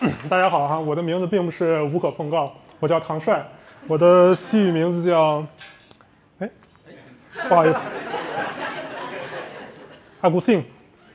大家好哈，我的名字并不是无可奉告，我叫唐帅，我的西语名字叫，不好意思，阿古信，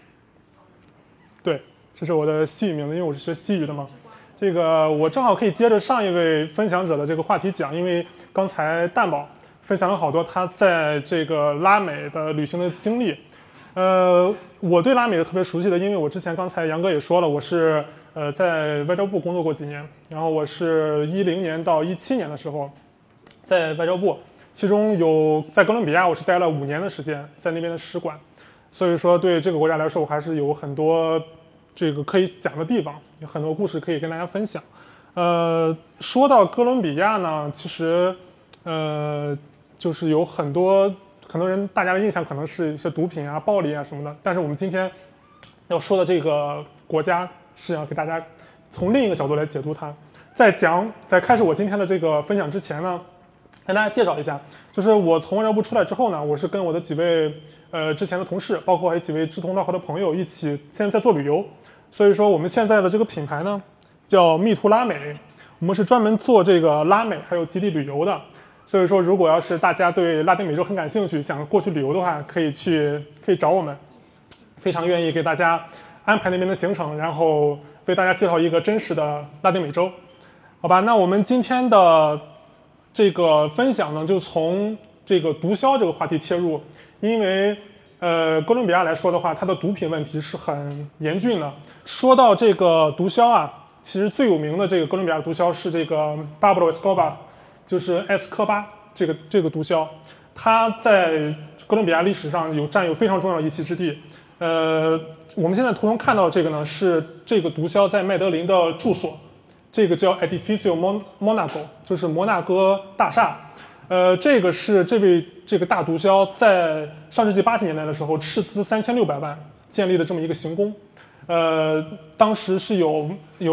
对，这是我的西语名字，因为我是学西语的嘛。这个我正好可以接着上一位分享者的这个话题讲，因为刚才蛋宝分享了好多他在这个拉美的旅行的经历。我对拉美是特别熟悉的，因为我之前刚才杨哥也说了，我是在外交部工作过几年，然后我是10年到17年的时候在外交部，其中有在哥伦比亚我是待了5年的时间，在那边的使馆，所以说对这个国家来说，我还是有很多这个可以讲的地方，有很多故事可以跟大家分享。说到哥伦比亚呢，其实就是有很多人大家的印象可能是一些毒品啊、暴力啊什么的，但是我们今天要说的这个国家是要给大家从另一个角度来解读它。在开始我今天的这个分享之前呢，跟大家介绍一下，就是我从外交部出来之后呢，我是跟我的几位之前的同事，包括还有几位志同道合的朋友一起现在在做旅游，所以说我们现在的这个品牌呢叫密途拉美，我们是专门做这个拉美还有极地旅游的。所以说，如果要是大家对拉丁美洲很感兴趣，想过去旅游的话，可以找我们，非常愿意给大家安排那边的行程，然后为大家介绍一个真实的拉丁美洲，好吧？那我们今天的这个分享呢，就从这个毒枭这个话题切入，因为哥伦比亚来说的话，它的毒品问题是很严峻的。说到这个毒枭啊，其实最有名的这个哥伦比亚毒枭是这个巴布罗·埃斯科巴。就是埃斯科巴这个毒枭，他在哥伦比亚历史上占有非常重要的一席之地。我们现在图中看到的这个呢，是这个毒枭在麦德林的住所，这个叫 Edificio Monaco， 就是摩纳哥大厦。这个是这个大毒枭在上世纪80年代的时候斥资3600万建立的这么一个行宫。当时是有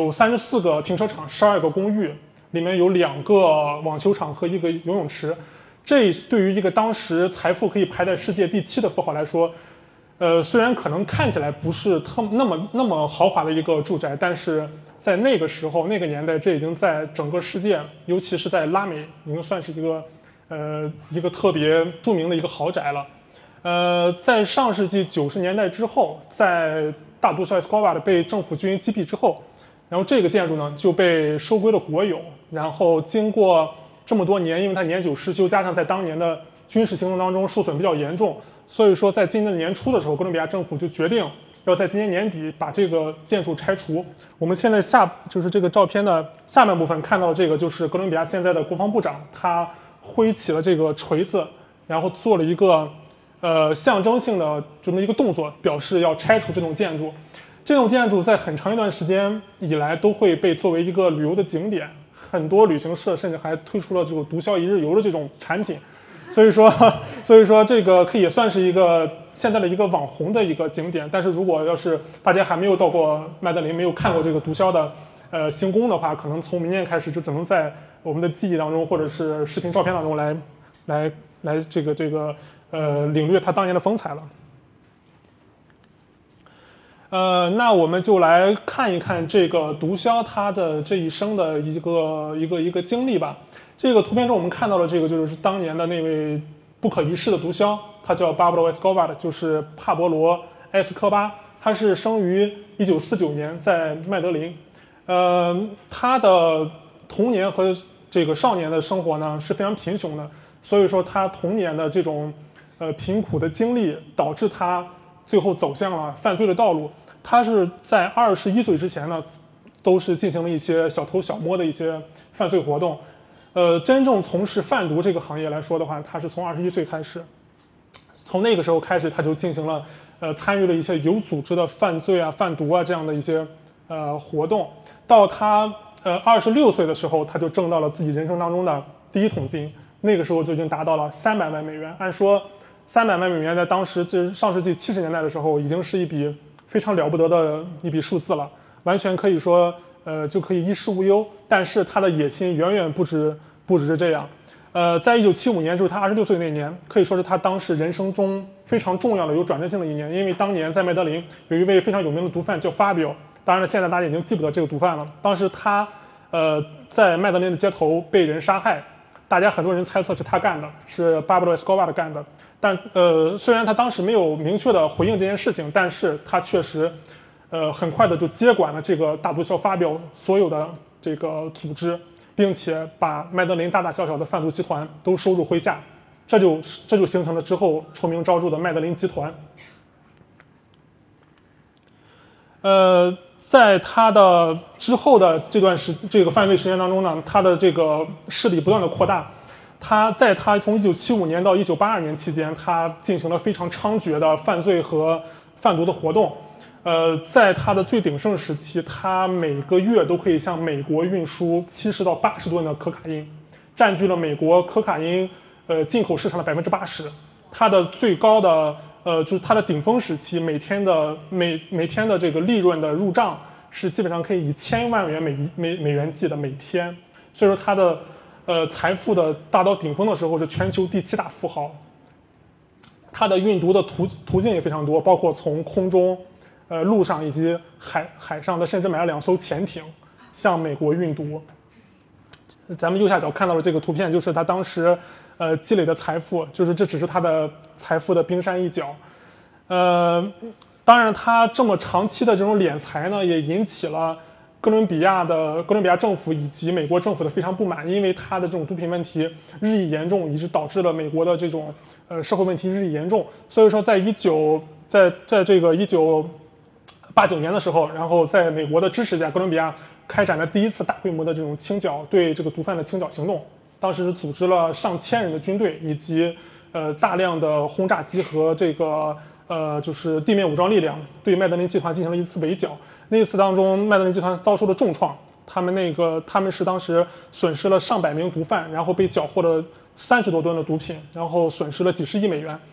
34个停车场，12个公寓。里面有2个网球场和1个游泳池，这对于一个当时财富可以排在世界第7的富豪来说，虽然可能看起来不是那么豪华的一个住宅，但是在那个时候那个年代，这已经在整个世界，尤其是在拉美，已经算是一个特别著名的一个豪宅了。在上世纪90年代之后，在大毒枭埃斯科巴的被政府军击毙之后，然后这个建筑呢就被收归了国有，然后经过这么多年，因为它年久失修，加上在当年的军事行动当中受损比较严重，所以说在今年年初的时候，哥伦比亚政府就决定要在今年年底把这个建筑拆除。我们现在就是这个照片的下半部分看到的这个，就是哥伦比亚现在的国防部长，他挥起了这个锤子，然后做了一个象征性的这么一个动作，表示要拆除这栋建筑。这种建筑在很长一段时间以来都会被作为一个旅游的景点，很多旅行社甚至还推出了这种毒枭一日游的这种产品，所以说这个可以也算是一个现在的一个网红的一个景点。但是如果要是大家还没有到过麦德林，没有看过这个毒枭的行宫的话，可能从明年开始就只能在我们的记忆当中或者是视频照片当中来领略它当年的风采了。那我们就来看一看这个毒枭他的这一生的一个经历吧。这个图片中我们看到的这个就是当年的那位不可一世的毒枭，他叫巴布罗·埃斯科巴，就是帕博罗·埃斯科巴。他是生于1949年在麦德林。他的童年和这个少年的生活呢是非常贫穷的，所以说他童年的这种贫苦的经历导致他最后走向了犯罪的道路。他是在21岁之前呢，都是进行了一些小偷小摸的一些犯罪活动。真正从事贩毒这个行业来说的话，他是从21岁开始，从那个时候开始，他就进行了参与了一些有组织的犯罪啊、贩毒啊这样的一些活动。到他26岁的时候，他就挣到了自己人生当中的第一桶金，那个时候就已经达到了300万美元。按说300万美元在当时就是上世纪70年代的时候，已经是一笔非常了不得的一笔数字了，完全可以说就可以衣食无忧。但是他的野心远远不止这样。在1975年，就是他26岁那年，可以说是他当时人生中非常重要的有转折性的一年，因为当年在麦德林有一位非常有名的毒贩叫法比奥， 当然了，现在大家已经记不得这个毒贩了。当时他在麦德林的街头被人杀害，大家很多人猜测是他干的，是巴布罗·埃斯科巴干的。但虽然他当时没有明确的回应这件事情，但是他确实很快的就接管了这个大毒枭发表所有的这个组织，并且把麦德林大大小小的贩毒集团都收入麾下，这就形成了之后臭名昭著的麦德林集团。在他的之后的这个犯罪时间当中呢，他的这个势力不断的扩大。他从1975年到1982年期间，他进行了非常猖獗的犯罪和贩毒的活动。在他的最鼎盛时期，他每个月都可以向美国运输70到80吨的可卡因，占据了美国可卡因进口市场的80%。他的最高的就是它的顶峰时期，每天的这个利润的入账是基本上可以以1000万元美元计的每天，所以说它的财富的达到顶峰的时候是全球第7大富豪。它的运毒的途径也非常多，包括从空中、陆上以及海上的，甚至买了2艘潜艇向美国运毒。咱们右下角看到的这个图片就是他当时积累的财富，就是这只是他的财富的冰山一角。当然他这么长期的这种敛财呢，也引起了哥伦比亚政府以及美国政府的非常不满，因为他的这种毒品问题日益严重，以致导致了美国的这种社会问题日益严重。所以说在这个1989年的时候，然后在美国的支持下，哥伦比亚开展了第一次大规模的这种清剿，对这个毒贩的清剿行动。当时组织了上千人的军队，以及大量的轰炸机和这个就是地面武装力量，对麦德林集团进行了一次围剿。那一次当中，麦德林集团遭受了重创，他们是当时损失了上百名毒贩，然后被缴获了30多吨的毒品，然后损失了几十亿美元。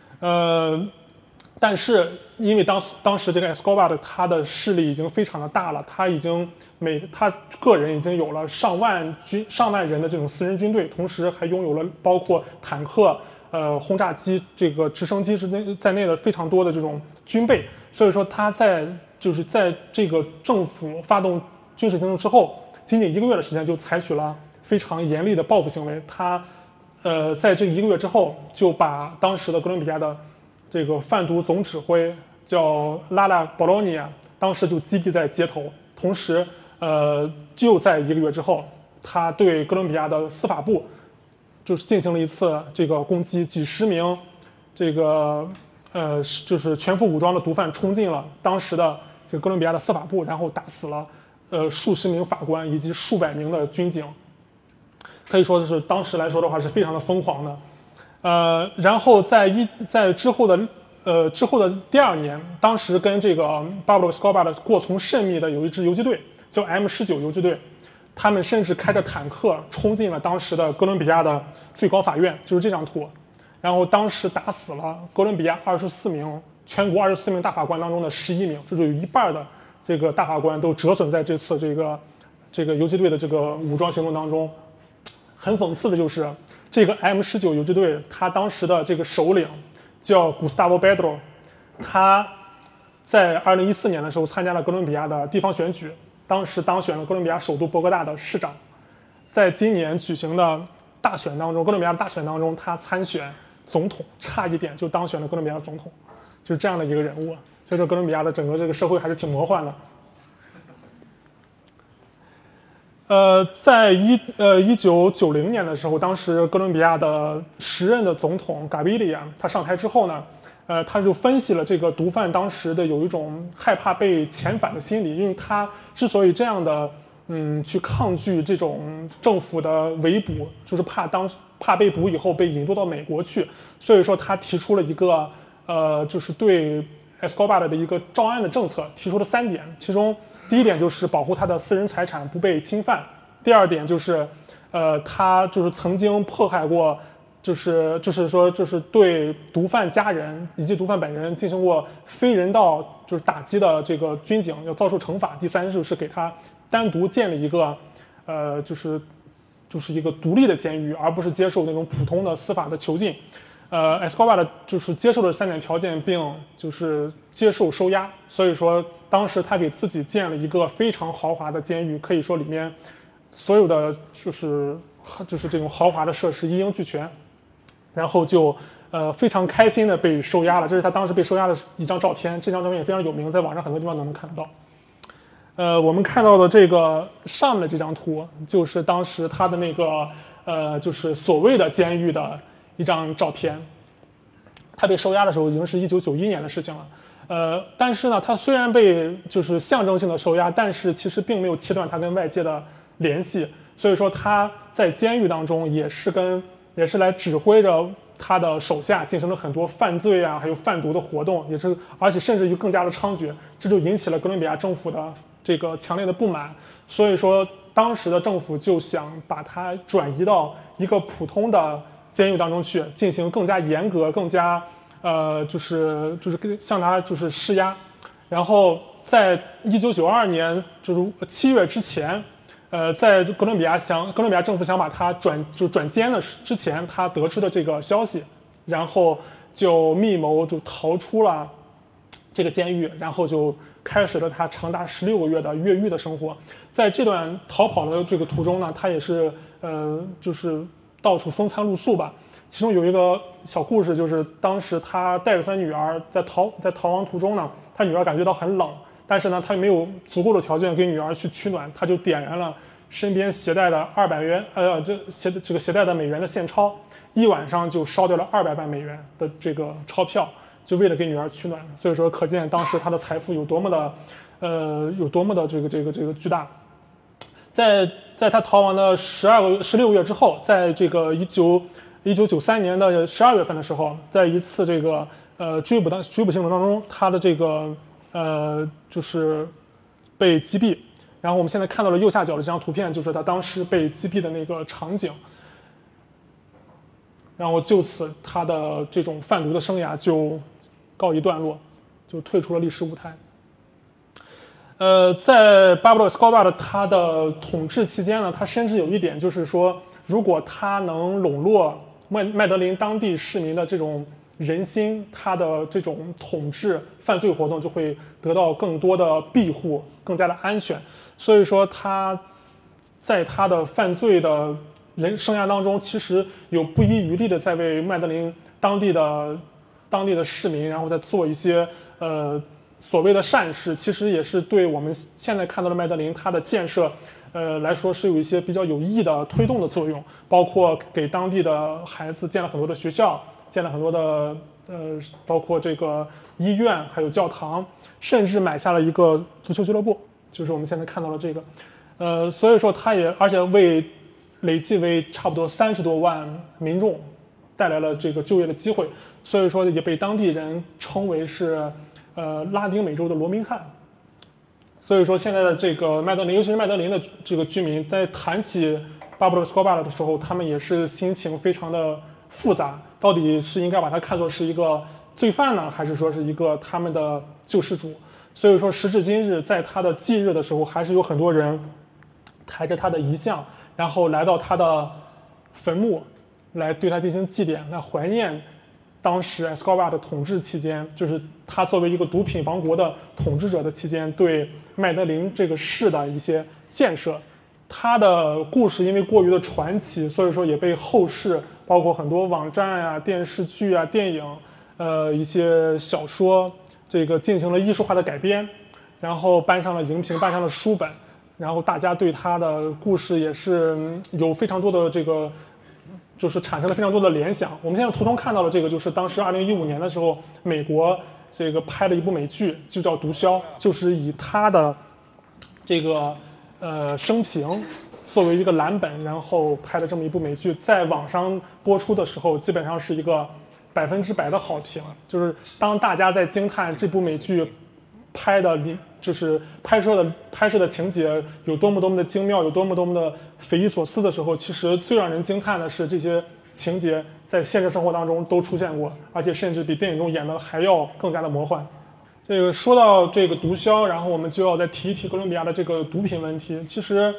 但是因为当时这个 Escobar 他的势力已经非常的大了，他个人已经有了上万人的这种私人军队，同时还拥有了包括坦克、轰炸机、这个直升机在内的非常多的这种军备。所以说他在这个政府发动军事行动之后，仅仅1个月的时间就采取了非常严厉的报复行为。他在这1个月之后，就把当时的哥伦比亚的这个贩毒总指挥叫拉拉保罗尼亚，当时就击毙在街头。同时，就在1个月之后，他对哥伦比亚的司法部就是进行了一次这个攻击，几十名这个就是全副武装的毒贩冲进了当时的这个哥伦比亚的司法部，然后打死了数十名法官以及数百名的军警，可以说是当时来说的话是非常的疯狂的。然后在之后的第2年，当时跟这个巴布罗·斯科巴的过从甚密的有一支游击队叫 M19游击队，他们甚至开着坦克冲进了当时的哥伦比亚的最高法院，就是这张图。然后当时打死了哥伦比亚全国24名大法官当中的11名，就是有一半的这个大法官都折损在这次这个游击队的这个武装行动当中。很讽刺的就是，这个 M19游击队，他当时的这个首领叫 Gustavo Petro， 他在2014年的时候参加了哥伦比亚的地方选举，当时当选了哥伦比亚首都波哥大的市长。在今年举行的大选当中，哥伦比亚的大选当中，他参选总统，差一点就当选了哥伦比亚的总统，就是这样的一个人物。所以说，哥伦比亚的整个这个社会还是挺魔幻的。在1990年的时候，当时哥伦比亚的时任的总统嘎比利亚他上台之后呢，他就分析了这个毒贩当时的有一种害怕被遣返的心理，因为他之所以这样的去抗拒这种政府的围捕，就是怕被捕以后被引渡到美国去，所以说他提出了一个就是对 Escobar 的一个招安的政策，提出了3点，其中第一点就是保护他的私人财产不被侵犯，第2点就是他就是曾经迫害过就是对毒贩家人以及毒贩本人进行过非人道就是打击的这个军警要遭受惩罚。第3就是给他单独建立一个就是一个独立的监狱，而不是接受那种普通的司法的囚禁。 Escobar 就是接受了3点条件，并就是接受收押，所以说当时他给自己建了一个非常豪华的监狱，可以说里面所有的就是这种豪华的设施一应俱全，然后就非常开心的被收押了。这是他当时被收押的一张照片，这张照片也非常有名，在网上很多地方都能看得到。我们看到的这个上面的这张图，就是当时他的那个就是所谓的监狱的一张照片。他被收押的时候已经是1991年的事情了。但是呢，他虽然被就是象征性的收押，但是其实并没有切断他跟外界的联系。所以说他在监狱当中也是来指挥着他的手下进行了很多犯罪啊，还有贩毒的活动，而且甚至于更加的猖獗，这就引起了哥伦比亚政府的这个强烈的不满。所以说当时的政府就想把它转移到一个普通的监狱当中去，进行更加严格、更加就是向他就是施压。然后在1992年就是7月之前，在哥伦比亚政府想把他转监的之前，他得知的这个消息，然后就密谋就逃出了这个监狱，然后就开始了他长达16个月的越狱的生活。在这段逃跑的这个途中呢，他也是就是到处风餐露宿吧。其中有一个小故事，就是当时他带着他女儿在逃亡途中呢，他女儿感觉到很冷，但是呢，他没有足够的条件给女儿去取暖，他就点燃了身边携带的200元携带的美元的现钞，一晚上就烧掉了200万美元的这个钞票，就为了给女儿取暖。所以说，可见当时他的财富有多么的这个巨大。在他逃亡的16个月之后，在这个1993年的12月份的时候，在一次这个追捕行动当中，他的这个就是被击毙。然后我们现在看到了右下角的这张图片，就是他当时被击毙的那个场景。然后就此他的这种贩毒的生涯就告一段落，就退出了历史舞台。在巴布罗·斯科巴的他的统治期间呢，他甚至有一点就是说，如果他能笼络麦德林当地市民的这种人心，他的这种统治犯罪活动就会得到更多的庇护，更加的安全。所以说他在他的犯罪的生涯当中，其实有不遗余力的在为麦德林当地的市民，然后再做一些所谓的善事，其实也是对我们现在看到的麦德林它的建设来说是有一些比较有益的推动的作用，包括给当地的孩子建了很多的学校，建了很多的包括这个医院，还有教堂，甚至买下了一个足球俱乐部，就是我们现在看到的这个。所以说他也而且累计为差不多30多万民众带来了这个就业的机会，所以说也被当地人称为是拉丁美洲的罗宾汉。所以说现在的这个麦德林，尤其是麦德林的这个居民，在谈起巴布罗·斯科巴的时候，他们也是心情非常的复杂，到底是应该把他看作是一个罪犯呢，还是说是一个他们的救世主？所以说时至今日，在他的忌日的时候，还是有很多人抬着他的遗像，然后来到他的坟墓，来对他进行祭奠，来怀念当时 Escobar 的统治期间，就是他作为一个毒品王国的统治者的期间，对麦德林这个市的一些建设。他的故事因为过于的传奇，所以说也被后世包括很多网站啊、电视剧啊、电影，一些小说，这个进行了艺术化的改编，然后搬上了荧屏，搬上了书本，然后大家对他的故事也是有非常多的这个。就是产生了非常多的联想。我们现在图中看到的这个，就是当时2015年的时候，美国这个拍了一部美剧，就叫《毒枭》，就是以他的这个生平作为一个蓝本，然后拍了这么一部美剧，在网上播出的时候，基本上是一个100%的好评。就是当大家在惊叹这部美剧就是拍摄的情节有多么的精妙，有多么的匪夷所思的时候，其实最让人惊叹的是这些情节在现实生活当中都出现过，而且甚至比电影中演的还要更加的魔幻。这个说到这个毒枭，然后我们就要再提一提哥伦比亚的这个毒品问题。其实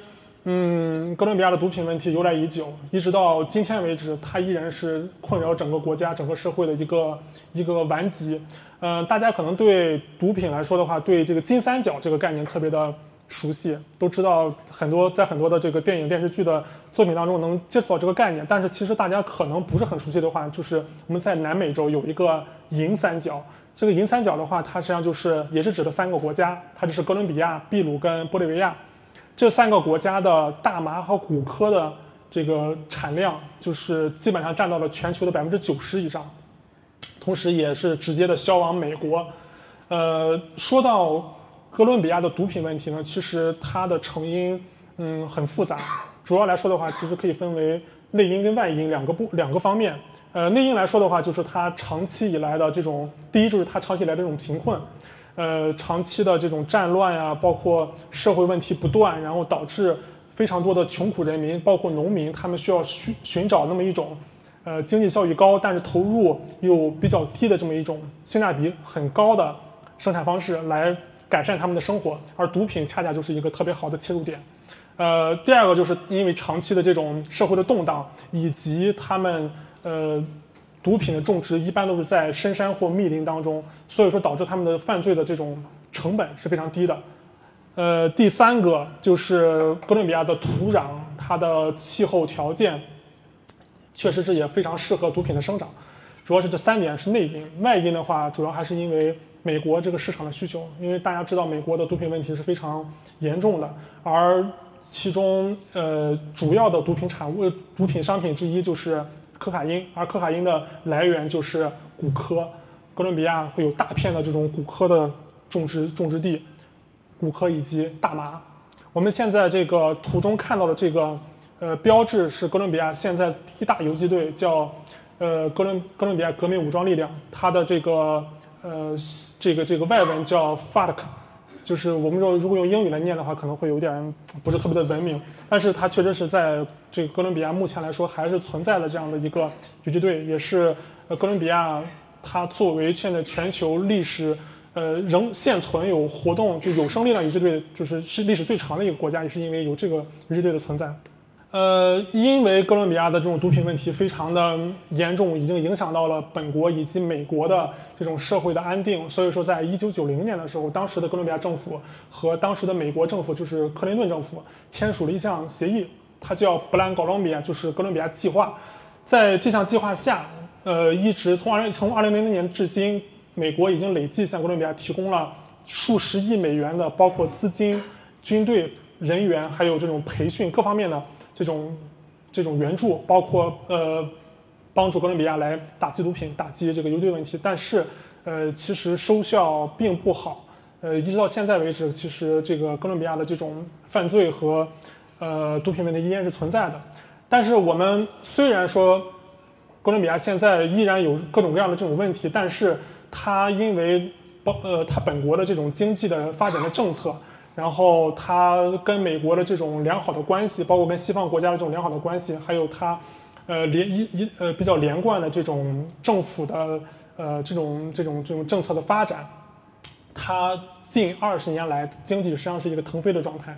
哥伦比亚的毒品问题由来已久，一直到今天为止，它依然是困扰整个国家、整个社会的一个顽疾。大家可能对毒品来说的话，对这个金三角这个概念特别的熟悉，都知道在很多的这个电影电视剧的作品当中能接触到这个概念。但是其实大家可能不是很熟悉的话，就是我们在南美洲有一个银三角。这个银三角的话，它实际上也是指的3个国家，它就是哥伦比亚、秘鲁跟玻利维亚。这3个国家的大麻和古柯的这个产量，就是基本上占到了全球的90%以上，同时也是直接的销往美国。说到哥伦比亚的毒品问题呢，其实它的成因很复杂，主要来说的话，其实可以分为内因跟外因两个方面。内因来说的话，就是它长期以来的这种，第一就是它长期以来的这种贫困。长期的这种战乱呀，包括社会问题不断，然后导致非常多的穷苦人民，包括农民，他们需要寻找那么一种，经济效益高，但是投入又比较低的这么一种性价比很高的生产方式来改善他们的生活，而毒品恰恰就是一个特别好的切入点。第二个就是因为长期的这种社会的动荡，以及他们毒品的种植一般都是在深山或密林当中，所以说导致他们的犯罪的这种成本是非常低的。第三个就是哥伦比亚的土壤，它的气候条件确实是也非常适合毒品的生长。主要是这3点是内因，外因的话主要还是因为美国这个市场的需求，因为大家知道美国的毒品问题是非常严重的，而其中主要的毒品商品之一就是可卡因，而可卡因的来源就是古柯，哥伦比亚会有大片的这种古柯的种植地，古柯以及大麻。我们现在这个图中看到的这个标志是哥伦比亚现在第一大游击队，叫哥伦比亚革命武装力量，它的这个外文叫 FARC。就是我们如果用英语来念的话，可能会有点不是特别的文明，但是它确实是在这个哥伦比亚目前来说还是存在的这样的一个游击队，也是哥伦比亚它作为现在全球历史仍现存有活动就有生力量游击队，是历史最长的一个国家，也是因为有这个游击队的存在。因为哥伦比亚的这种毒品问题非常的严重，已经影响到了本国以及美国的这种社会的安定，所以说在1990年的时候，当时的哥伦比亚政府和当时的美国政府，就是克林顿政府签署了一项协议，它叫 Plan Colombia， 就是哥伦比亚计划。在这项计划下，一直从2000年至今，美国已经累计向哥伦比亚提供了数十亿美元的，包括资金、军队人员，还有这种培训各方面的这种援助，包括帮助哥伦比亚来打击毒品、打击这个游击队问题，但是其实收效并不好。一直到现在为止，其实这个哥伦比亚的这种犯罪和毒品问题依然是存在的。但是我们虽然说哥伦比亚现在依然有各种各样的这种问题，但是它因为它本国的这种经济的发展的政策，然后它跟美国的这种良好的关系，包括跟西方国家的这种良好的关系，还有它比较连贯的这种政府的这种政策的发展，它近20年来经济实际上是一个腾飞的状态。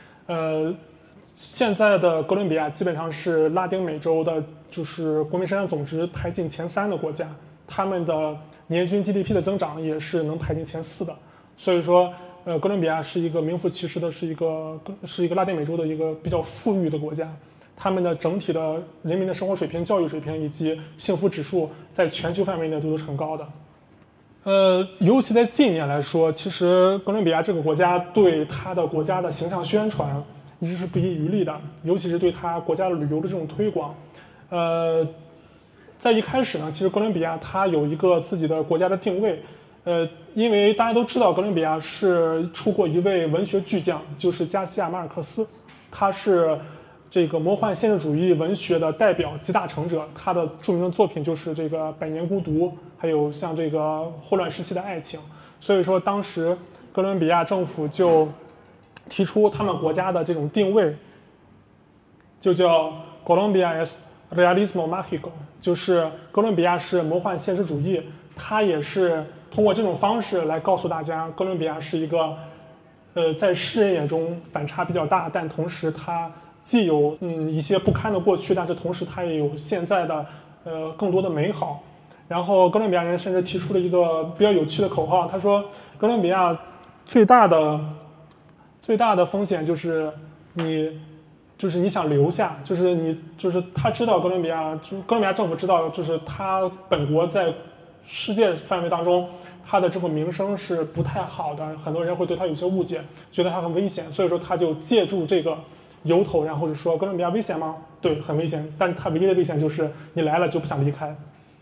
现在的哥伦比亚基本上是拉丁美洲的，就是国民生产总值排进前3的国家，他们的年均 GDP 的增长也是能排进前4的，所以说。哥伦比亚是一个名副其实的是一个拉丁美洲的一个比较富裕的国家，他们的整体的人民的生活水平、教育水平以及幸福指数在全球范围内都是很高的。尤其在近年来说，其实哥伦比亚这个国家对它的国家的形象宣传一直是不遗余力的，尤其是对它国家的旅游的这种推广。在一开始呢，其实哥伦比亚它有一个自己的国家的定位。因为大家都知道，哥伦比亚是出过一位文学巨匠，就是加西亚马尔克斯，他是这个魔幻现实主义文学的代表集大成者，他的著名的作品就是这个《百年孤独》，还有像这个《霍乱时期的爱情》。所以说，当时哥伦比亚政府就提出他们国家的这种定位，就叫 Colombia es Realismo Mágico， 就是哥伦比亚是魔幻现实主义，它也是通过这种方式来告诉大家，哥伦比亚是一个在世人眼中反差比较大，但同时它既有一些不堪的过去，但是同时它也有现在的更多的美好。然后哥伦比亚人甚至提出了一个比较有趣的口号，他说哥伦比亚最大的风险就是你想留下，就是他知道哥伦比亚政府知道，就是他本国在世界范围当中，他的这个名声是不太好的，很多人会对他有些误解，觉得他很危险，所以说他就借助这个由头，然后就说哥伦比亚危险吗？对，很危险，但是他唯一的危险就是你来了就不想离开。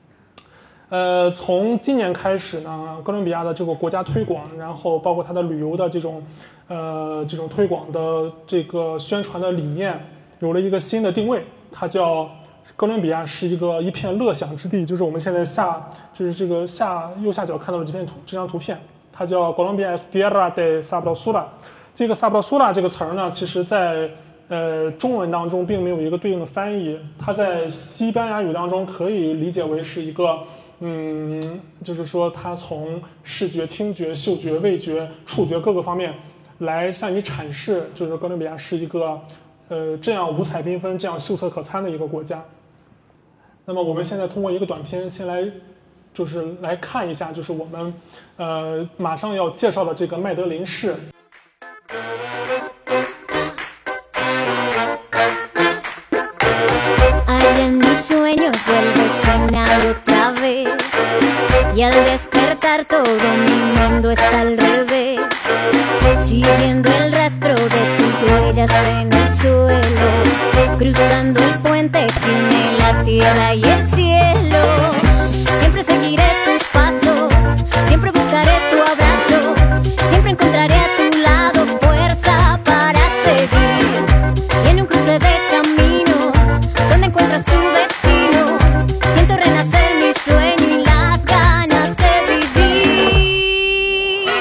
从今年开始呢，哥伦比亚的这个国家推广，然后包括它的旅游的这种推广的这个宣传的理念，有了一个新的定位，它叫哥伦比亚是一片乐享之地，就是我们现在右下角看到的这张图片，它叫 Colombia es tierra de sabrosura。这个 sabrosura 这个词儿呢，其实在中文当中并没有一个对应的翻译，它在西班牙语当中可以理解为是一个就是说它从视觉、听觉、嗅觉、味觉、触觉各个方面来向你阐释，就是哥伦比亚是一个这样五彩缤纷、这样秀色可餐的一个国家。那么我们现在通过一个短片先来看一下，就是我们马上要介绍的这个麦德林市。 Y al despertar todo mi mundo está al revés, siguiendo el rastro de tus huellas en el suelo, cruzando el puente que une la tierra y el cielo. Siempre seguiré tus pasos, siempre buscaré tu abrazo, siempre encontraré a tu lado fuerza para seguir. Y en un cruce de caminos, donde encuentras tu destino, siento renacer mi sueño y las ganas de vivir.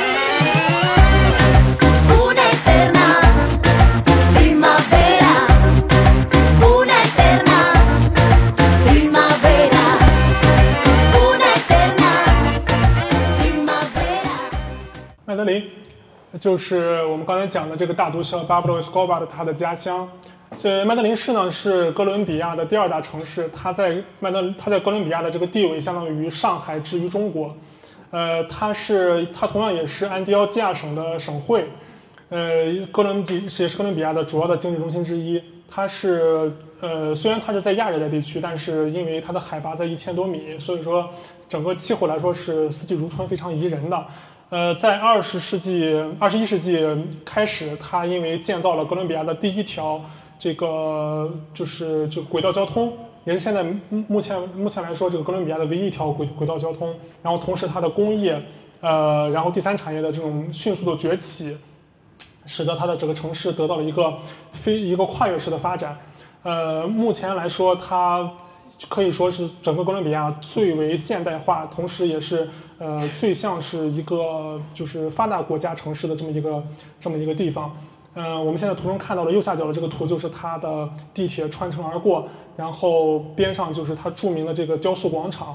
Una eterna primavera, una eterna primavera, una eterna primavera。 麦德林就是我们刚才讲的这个大毒枭巴布罗·埃斯科巴的他的家乡。这麦德林市呢是哥伦比亚的第二大城市，它在哥伦比亚的这个地位相当于上海至于中国。它同样也是安第奥基亚省的省会，也是哥伦比亚的主要的经济中心之一。它是虽然它是在亚热带地区，但是因为它的海拔在1000多米，所以说整个气候来说是四季如春，非常宜人的。在21世纪开始，它因为建造了哥伦比亚的第一条这个轨道交通，也是现在目前来说这个哥伦比亚的唯一一条轨道交通。然后同时它的工业，然后第三产业的这种迅速的崛起，使得它的这个城市得到了一个跨越式的发展。目前来说，它可以说是整个哥伦比亚最为现代化，同时也是最像是一个就是发达国家城市的这么一个地方。我们现在图中看到的右下角的这个图就是它的地铁穿城而过，然后边上就是它著名的这个雕塑广场。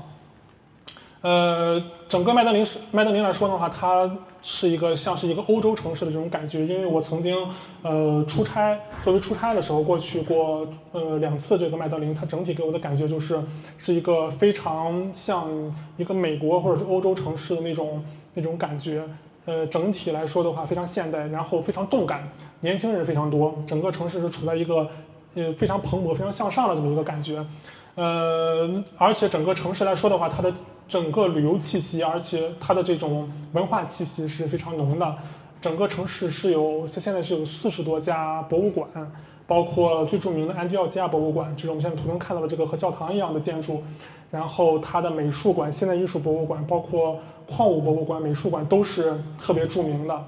整个麦德林来说的话，它像是一个欧洲城市的这种感觉，因为我曾经作为出差的时候过去过2次这个麦德林，它整体给我的感觉是一个非常像一个美国或者是欧洲城市的那种感觉。整体来说的话非常现代，然后非常动感，年轻人非常多，整个城市是处在一个非常蓬勃、非常向上的这么一个感觉。而且整个城市来说的话，它的整个旅游气息，而且它的这种文化气息是非常浓的。整个城市现在是有40多家博物馆，包括最著名的安第奥基亚博物馆，就是我们现在图中看到的这个和教堂一样的建筑。然后它的美术馆、现代艺术博物馆，包括矿物博物馆、美术馆都是特别著名的。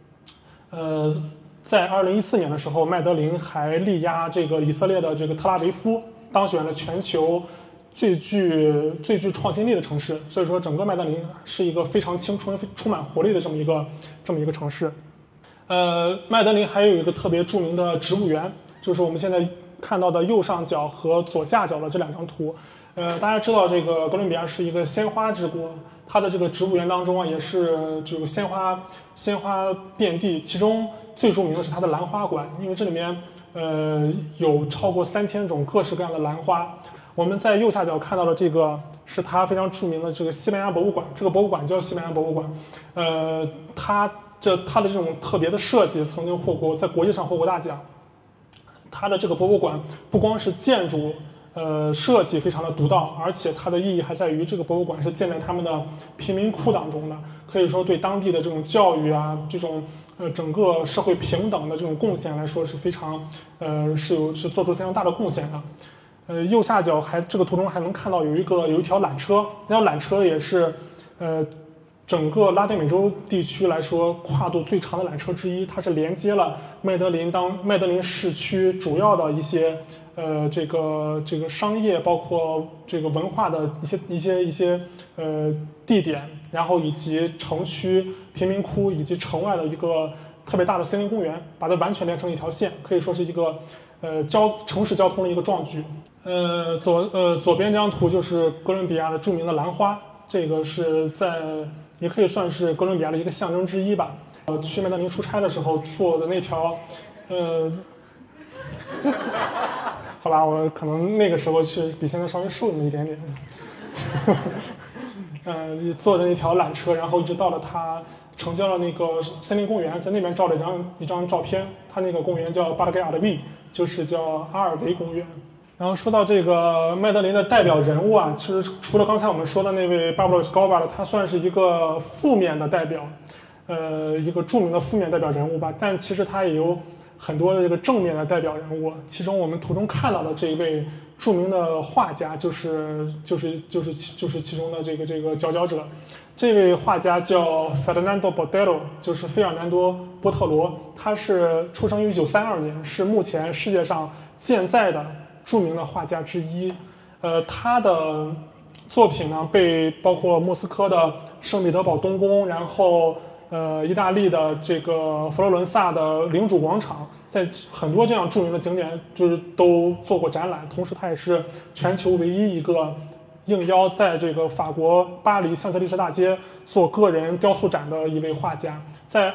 在2014年的时候，麦德林还力压这个以色列的这个特拉维夫，当选了全球最具创新力的城市。所以说，整个麦德林是一个非常青春、充满活力的这么一个城市。麦德林还有一个特别著名的植物园，就是我们现在看到的右上角和左下角的这2张图。 大家知道这个哥伦比亚是一个鲜花之国，它的这个植物园当中啊，也是这个鲜花遍地，其中最著名的是它的兰花馆，因为这里面有超过3000种各式各样的兰花。我们在右下角看到的这个是它非常著名的这个西班牙博物馆，这个博物馆叫西班牙博物馆，它的这种特别的设计曾经在国际上获过大奖。它的这个博物馆不光是建筑设计非常的独到，而且它的意义还在于这个博物馆是建在他们的贫民窟当中的，可以说对当地的这种教育啊，这种整个社会平等的这种贡献来说是非常是做出非常大的贡献的。右下角这个图中还能看到有一条缆车，那条缆车也是整个拉丁美洲地区来说跨度最长的缆车之一，它是连接了麦德林市区主要的一些这个商业，包括这个文化的一些地点，然后以及城区、贫民窟以及城外的一个特别大的森林公园，把它完全连成一条线，可以说是一个城市交通的一个壮举。左边这张图就是哥伦比亚的著名的兰花，这个是也可以算是哥伦比亚的一个象征之一吧。去麦德林出差的时候坐的那条，好吧，我可能那个时候去比现在稍微瘦那么一点点。坐着那条缆车，然后一直到了它城郊的那个森林公园，在那边照了一张照片。它那个公园叫巴德盖尔的 V， 就是叫阿尔维公园。然后说到这个麦德林的代表人物啊，其实除了刚才我们说的那位巴布罗·斯高巴的，他算是一个负面的代表，一个著名的负面代表人物吧。但其实他也有很多的这个正面的代表人物，其中我们图中看到的这一位著名的画家就是其中的这个佼佼者。这位画家叫 Fernando Botero， 就是费尔南多·波特罗，他是出生于1932年，是目前世界上健在的著名的画家之一。他的作品呢，被包括莫斯科的圣彼得堡冬宫，然后意大利的这个佛罗伦萨的领主广场，在很多这样著名的景点就是都做过展览。同时，他也是全球唯一一个应邀在这个法国巴黎香榭丽舍大街做个人雕塑展的一位画家。在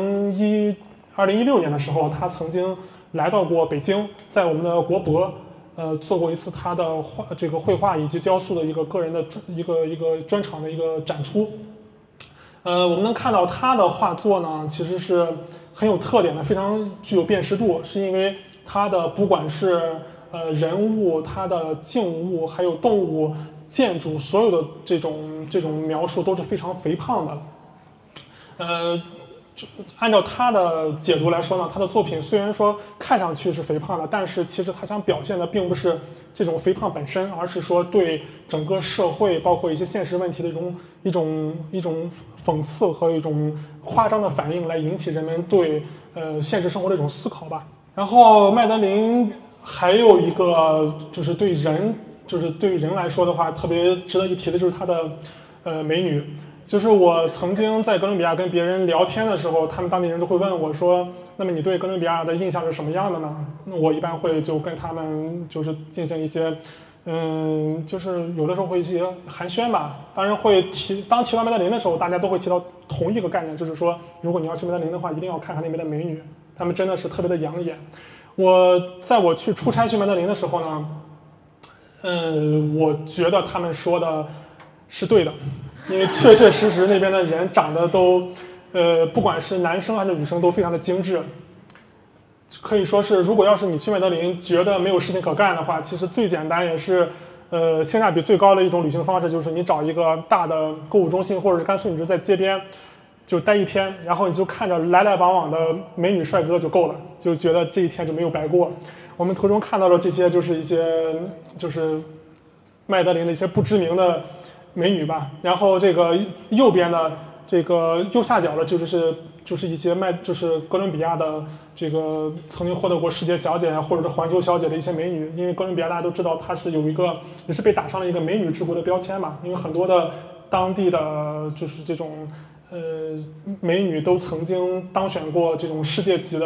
2016年的时候，他曾经来到过北京，在我们的国博做过一次他的绘画以及雕塑的一个个人的一个专场的一个展出。我们能看到他的画作呢，其实是很有特点的，非常具有辨识度，是因为他的不管是人物、他的静物，还有动物、建筑，所有的这种描述都是非常肥胖的。按照他的解读来说呢，他的作品虽然说看上去是肥胖的，但是其实他想表现的并不是这种肥胖本身，而是说对整个社会包括一些现实问题的一种讽刺和一种夸张的反应，来引起人们对现实生活的一种思考吧。然后麦德林还有一个就是对于人来说的话，特别值得一提的就是他的美女。就是我曾经在哥伦比亚跟别人聊天的时候，他们当地人都会问我说，那么你对哥伦比亚的印象是什么样的呢？我一般会就跟他们就是进行一些就是有的时候会一些寒暄吧。当然会当提到麦德林的时候，大家都会提到同一个概念，就是说如果你要去麦德林的话，一定要看看那边的美女，她们真的是特别的养眼。在我去出差去麦德林的时候呢，我觉得他们说的是对的。因为确确实实那边的人长得都，不管是男生还是女生都非常的精致，可以说是如果要是你去麦德林觉得没有事情可干的话，其实最简单也是，性价比最高的一种旅行方式就是你找一个大的购物中心，或者是干脆你就在街边就待一天，然后你就看着来来往往的美女帅哥就够了，就觉得这一天就没有白过。我们途中看到的这些就是一些就是麦德林的一些不知名的美女吧，然后这个右边的这个右下角的就是一些就是哥伦比亚的这个曾经获得过世界小姐或者是环球小姐的一些美女。因为哥伦比亚大家都知道它是有一个也是被打上了一个美女之国的标签嘛，因为很多的当地的就是这种美女都曾经当选过这种世界级的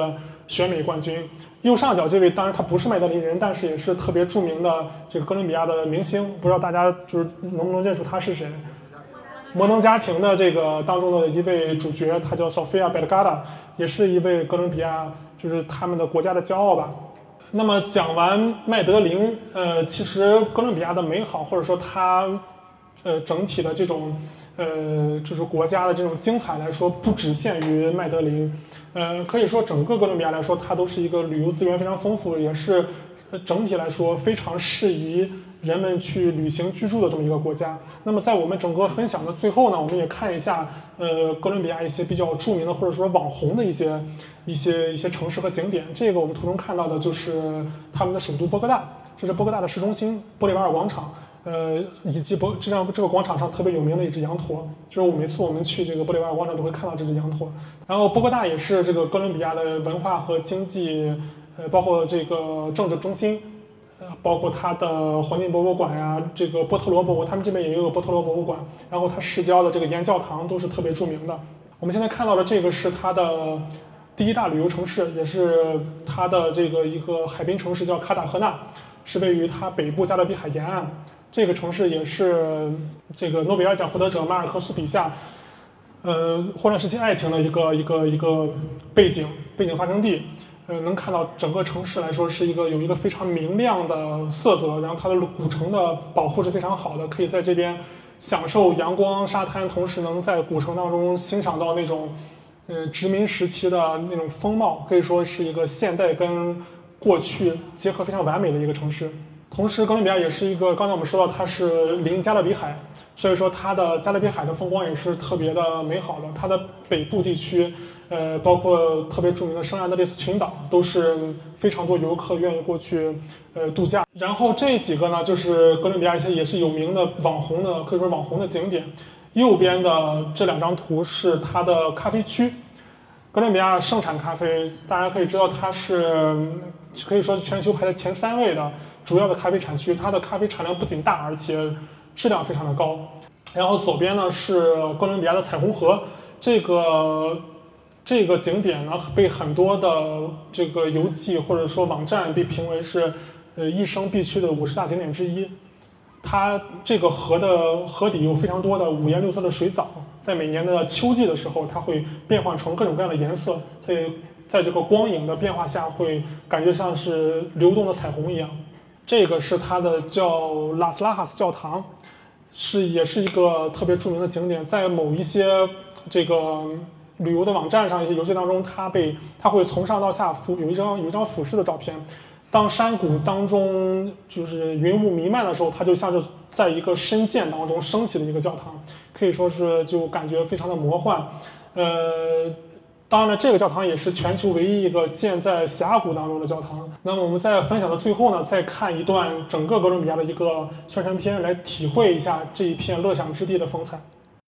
选美冠军。右上角这位当然他不是麦德林人，但是也是特别著名的这个哥伦比亚的明星，不知道大家就是能不能认出他是谁？摩登家庭的这个当中的一位主角，他叫 Sofia Vergara， 也是一位哥伦比亚就是他们的国家的骄傲吧。那么讲完麦德林，其实哥伦比亚的美好，或者说它整体的这种就是国家的这种精彩来说，不只限于麦德林，可以说整个哥伦比亚来说，它都是一个旅游资源非常丰富，也是整体来说非常适宜人们去旅行居住的这么一个国家。那么在我们整个分享的最后呢，我们也看一下哥伦比亚一些比较著名的或者说网红的一些城市和景点。这个我们图中看到的就是他们的首都波哥大，这是波哥大的市中心玻利瓦尔广场。以及这个广场上特别有名的一只羊驼，就是每次我们去这个玻利瓦尔广场都会看到这只羊驼。然后波哥大也是这个哥伦比亚的文化和经济，包括这个政治中心，包括它的黄金博物馆呀，这个波特罗博物馆，他们这边也有波特罗博物馆。然后它市郊的这个盐教堂都是特别著名的。我们现在看到的这个是它的第一大旅游城市，也是它的这个一个海滨城市，叫卡塔赫纳，是位于它北部加勒比海沿岸。这个城市也是这个诺贝尔奖获得者马尔克斯笔下，霍乱时期爱情的一个背景发生地。能看到整个城市来说是有一个非常明亮的色泽，然后它的古城的保护是非常好的，可以在这边享受阳光沙滩，同时能在古城当中欣赏到那种殖民时期的那种风貌，可以说是一个现代跟过去结合非常完美的一个城市。同时，哥伦比亚也是一个，刚才我们说到它是临加勒比海，所以说它的加勒比海的风光也是特别的美好的。它的北部地区，包括特别著名的圣安德烈斯群岛，都是非常多游客愿意过去度假。然后这几个呢，就是哥伦比亚一些也是有名的网红的，可以说网红的景点。右边的这两张图是它的咖啡区。哥伦比亚盛产咖啡，大家可以知道它是可以说是全球排在前3位的主要的咖啡产区，它的咖啡产量不仅大，而且质量非常的高。然后左边呢是哥伦比亚的彩虹河，这个景点呢被很多的这个游记或者说网站被评为是一生必去的50大景点之一。它这个河的河底有非常多的五颜六色的水藻，在每年的秋季的时候，它会变换成各种各样的颜色，在这个光影的变化下，会感觉像是流动的彩虹一样。这个是它的叫拉斯拉哈斯教堂，也是一个特别著名的景点，在某一些这个旅游的网站上，一些游戏当中，它会从上到下有一张俯视的照片。当山谷当中就是云雾弥漫的时候，它就像是在一个深涧当中升起的一个教堂，可以说是就感觉非常的魔幻。当然了，这个教堂也是全球唯一一个建在峡谷当中的教堂。那么我们在分享的最后呢，再看一段整个哥伦比亚的一个宣传片，来体会一下这一片乐享之地的风采。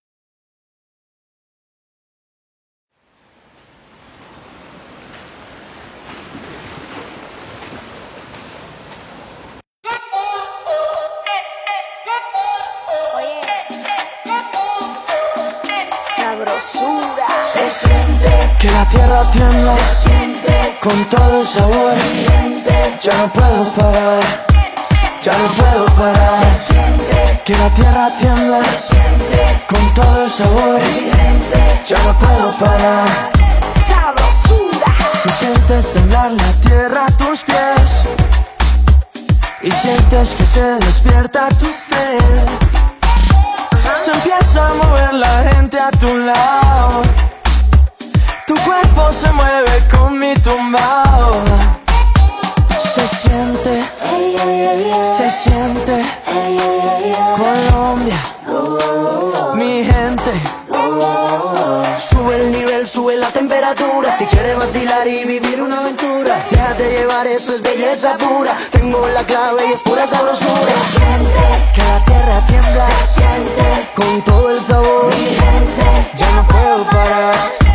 Se siente que la tierra tiembla, se siente con todo el sabor. Ya no puedo parar, ya no puedo parar. Se siente que la tierra tiembla, se siente con todo el sabor. Ya no puedo parar. Sabrosura. Si sientes temblar la tierra a tus pies y sientes que se despierta tu ser, se empieza a mover la gente a tu lado. Tu cuerpo se mueve con mi tumbao. Se siente, se siente. Colombia, mi gente. Sube el nivel, sube la temperatura. Si quieres vacilar y vivir una aventura, déjate llevar, eso es belleza pura. Tengo la clave y es pura sabrosura. Se siente que la tierra tiembla, se siente con todo el sabor. Mi gente, ya no puedo parar.